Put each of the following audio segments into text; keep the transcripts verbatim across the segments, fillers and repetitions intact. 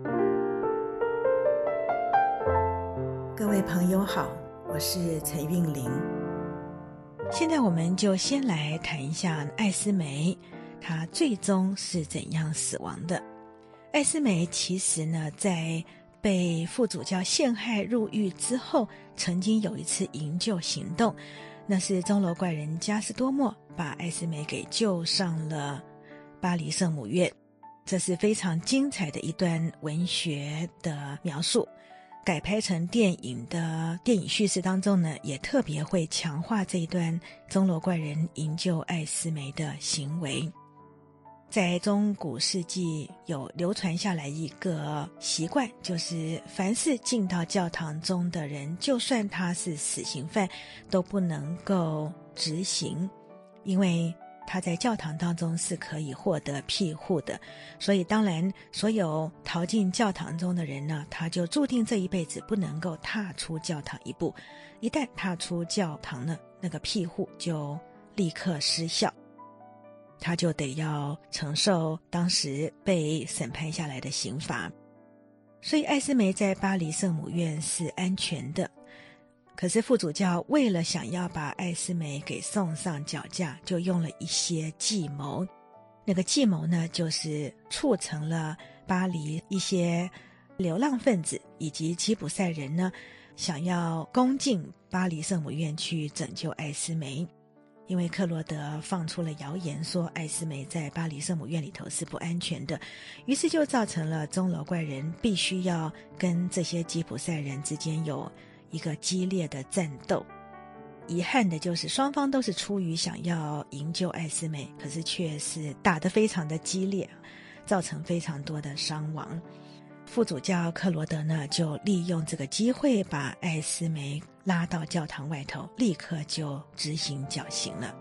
各位朋友好，我是陈韵玲。现在我们就先来谈一下艾斯梅，她最终是怎样死亡的。艾斯梅其实呢，在被副主教陷害入狱之后，曾经有一次营救行动，那是钟楼怪人加斯多默把艾斯梅给救上了巴黎圣母院。这是非常精彩的一段文学的描述，改拍成电影的电影叙事当中呢，也特别会强化这一段钟楼怪人营救艾斯梅的行为。在中古世纪有流传下来一个习惯，就是凡是进到教堂中的人，就算他是死刑犯，都不能够执行，因为他在教堂当中是可以获得庇护的。所以当然所有逃进教堂中的人呢，他就注定这一辈子不能够踏出教堂一步，一旦踏出教堂呢，那个庇护就立刻失效，他就得要承受当时被审判下来的刑罚。所以艾斯梅在巴黎圣母院是安全的，可是副主教为了想要把艾斯梅给送上绞架，就用了一些计谋。那个计谋呢，就是促成了巴黎一些流浪分子以及吉普赛人呢，想要攻进巴黎圣母院去拯救艾斯梅。因为克罗德放出了谣言说艾斯梅在巴黎圣母院里头是不安全的，于是就造成了钟楼怪人必须要跟这些吉普赛人之间有一个激烈的战斗。遗憾的就是双方都是出于想要营救艾斯梅，可是却是打得非常的激烈，造成非常多的伤亡。副主教克罗德呢，就利用这个机会把艾斯梅拉到教堂外头，立刻就执行绞刑了。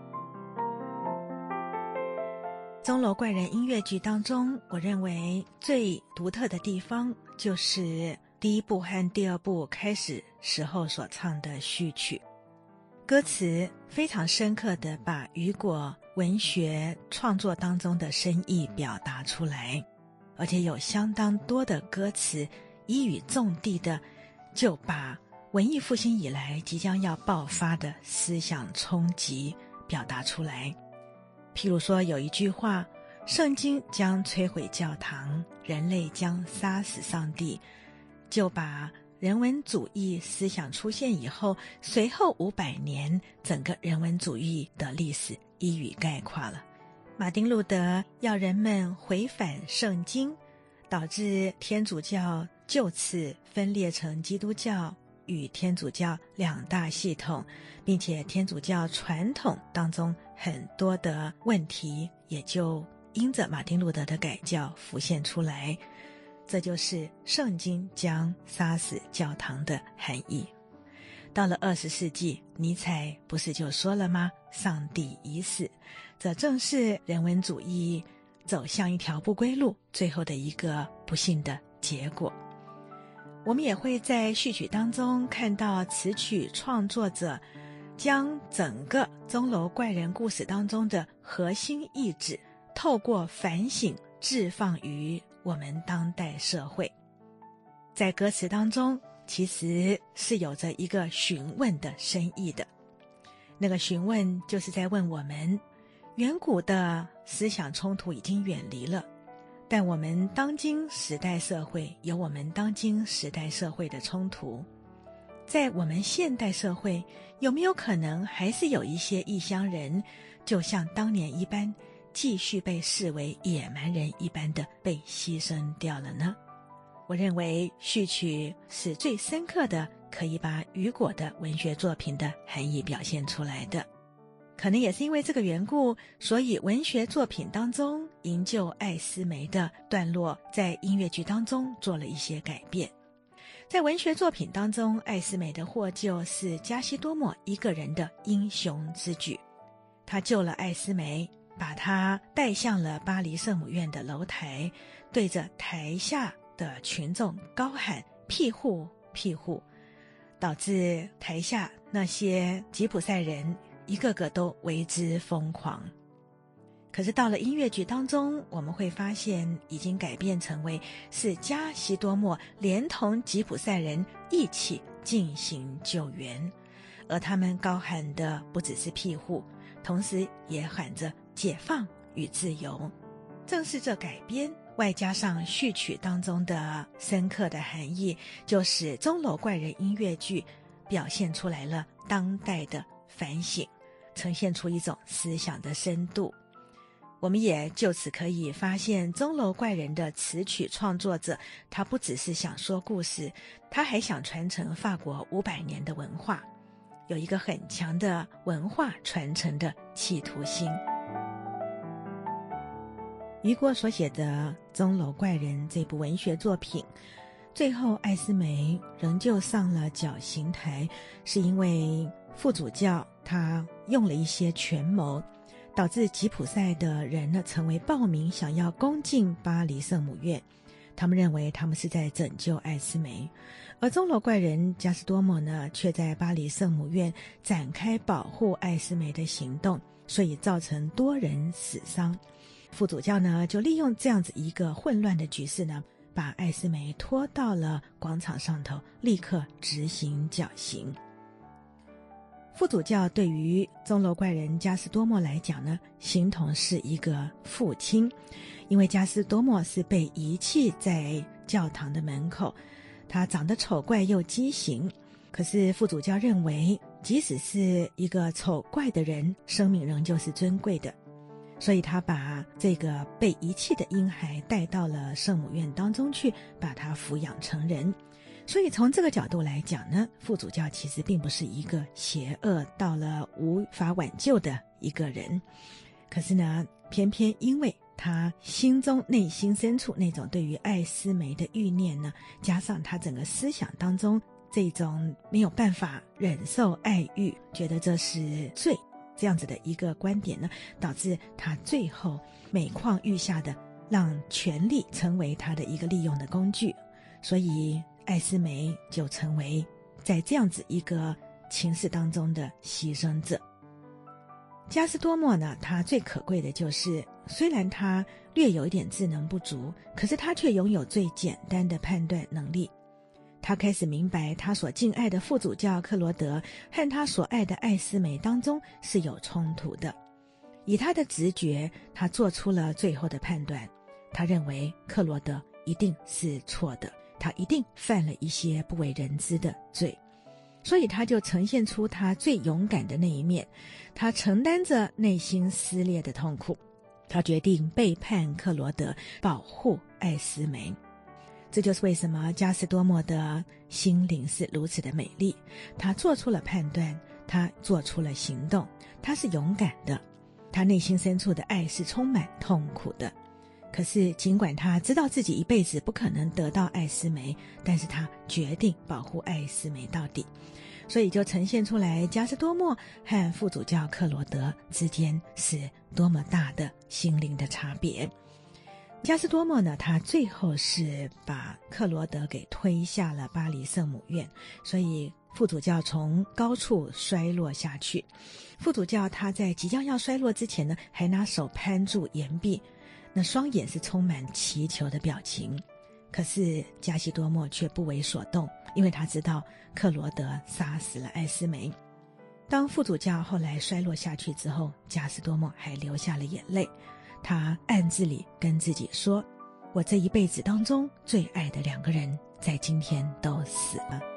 钟楼怪人音乐剧当中，我认为最独特的地方就是第一部和第二部开始时候所唱的序曲，歌词非常深刻地把雨果文学创作当中的深意表达出来，而且有相当多的歌词一语中的的就把文艺复兴以来即将要爆发的思想冲击表达出来。譬如说有一句话，圣经将摧毁教堂，人类将杀死上帝，就把人文主义思想出现以后，随后五百年整个人文主义的历史一语概括了。马丁路德要人们回返圣经，导致天主教就此分裂成基督教与天主教两大系统，并且天主教传统当中很多的问题也就因着马丁路德的改教浮现出来。这就是圣经将杀死教堂的含义。到了二十世纪，尼采不是就说了吗？上帝已死。这正是人文主义走向一条不归路最后的一个不幸的结果。我们也会在序曲当中看到词曲创作者将整个钟楼怪人故事当中的核心意志透过反省置放于我们当代社会。在歌词当中其实是有着一个询问的深意的，那个询问就是在问我们，远古的思想冲突已经远离了，但我们当今时代社会有我们当今时代社会的冲突，在我们现代社会有没有可能还是有一些异乡人就像当年一般，继续被视为野蛮人一般的被牺牲掉了呢？我认为序曲是最深刻的，可以把雨果的文学作品的含义表现出来的。可能也是因为这个缘故，所以文学作品当中营救艾斯梅的段落在音乐剧当中做了一些改变。在文学作品当中，艾斯梅的获救是加西多默一个人的英雄之举，他救了艾斯梅，把她带向了巴黎圣母院的楼台，对着台下的群众高喊庇护庇护，导致台下那些吉普赛人一个个都为之疯狂。 可是到了音乐剧当中，我们会发现已经改变成为是加西多默连同吉普赛人一起进行救援，而他们高喊的不只是庇护，同时也喊着解放与自由。正是这改编外加上序曲当中的深刻的含义，就使钟楼怪人音乐剧表现出来了当代的反省，呈现出一种思想的深度。我们也就此可以发现，钟楼怪人的词曲创作者，他不只是想说故事，他还想传承法国五百年的文化，有一个很强的文化传承的企图心。雨果所写的《钟楼怪人》这部文学作品，最后艾斯梅仍旧上了绞刑台，是因为副主教他用了一些权谋，导致吉普赛的人呢成为暴民，想要攻进巴黎圣母院。他们认为他们是在拯救艾斯梅，而钟楼怪人加斯多默呢，却在巴黎圣母院展开保护艾斯梅的行动，所以造成多人死伤。副主教呢，就利用这样子一个混乱的局势呢，把艾斯梅拖到了广场上头，立刻执行绞刑。副主教对于钟楼怪人加斯多默来讲呢，形同是一个父亲，因为加斯多默是被遗弃在教堂的门口，他长得丑怪又畸形，可是副主教认为，即使是一个丑怪的人，生命仍旧是尊贵的，所以他把这个被遗弃的婴孩带到了圣母院当中去，把他抚养成人。所以从这个角度来讲呢，副主教其实并不是一个邪恶到了无法挽救的一个人，可是呢，偏偏因为他心中内心深处那种对于艾斯梅的欲念呢，加上他整个思想当中这种没有办法忍受爱欲，觉得这是罪，这样子的一个观点呢，导致他最后每况愈下的让权力成为他的一个利用的工具。所以艾斯梅就成为在这样子一个情势当中的牺牲者。加斯多默呢，他最可贵的就是虽然他略有一点智能不足，可是他却拥有最简单的判断能力。他开始明白他所敬爱的副主教克罗德和他所爱的艾斯梅当中是有冲突的，以他的直觉，他做出了最后的判断，他认为克罗德一定是错的，他一定犯了一些不为人知的罪，所以他就呈现出他最勇敢的那一面，他承担着内心撕裂的痛苦，他决定背叛克罗德，保护艾斯梅。这就是为什么加斯多默的心灵是如此的美丽，他做出了判断，他做出了行动，他是勇敢的，他内心深处的爱是充满痛苦的。可是尽管他知道自己一辈子不可能得到艾斯梅，但是他决定保护艾斯梅到底，所以就呈现出来加斯多默和副主教克罗德之间是多么大的心灵的差别。加斯多默呢，他最后是把克罗德给推下了巴黎圣母院，所以副主教从高处摔落下去。副主教他在即将要摔落之前呢，还拿手攀住岩壁，那双眼是充满祈求的表情。可是加西多默却不为所动，因为他知道克罗德杀死了艾斯梅。当副主教后来摔落下去之后，加斯多默还流下了眼泪，他暗自里跟自己说，我这一辈子当中最爱的两个人在今天都死了。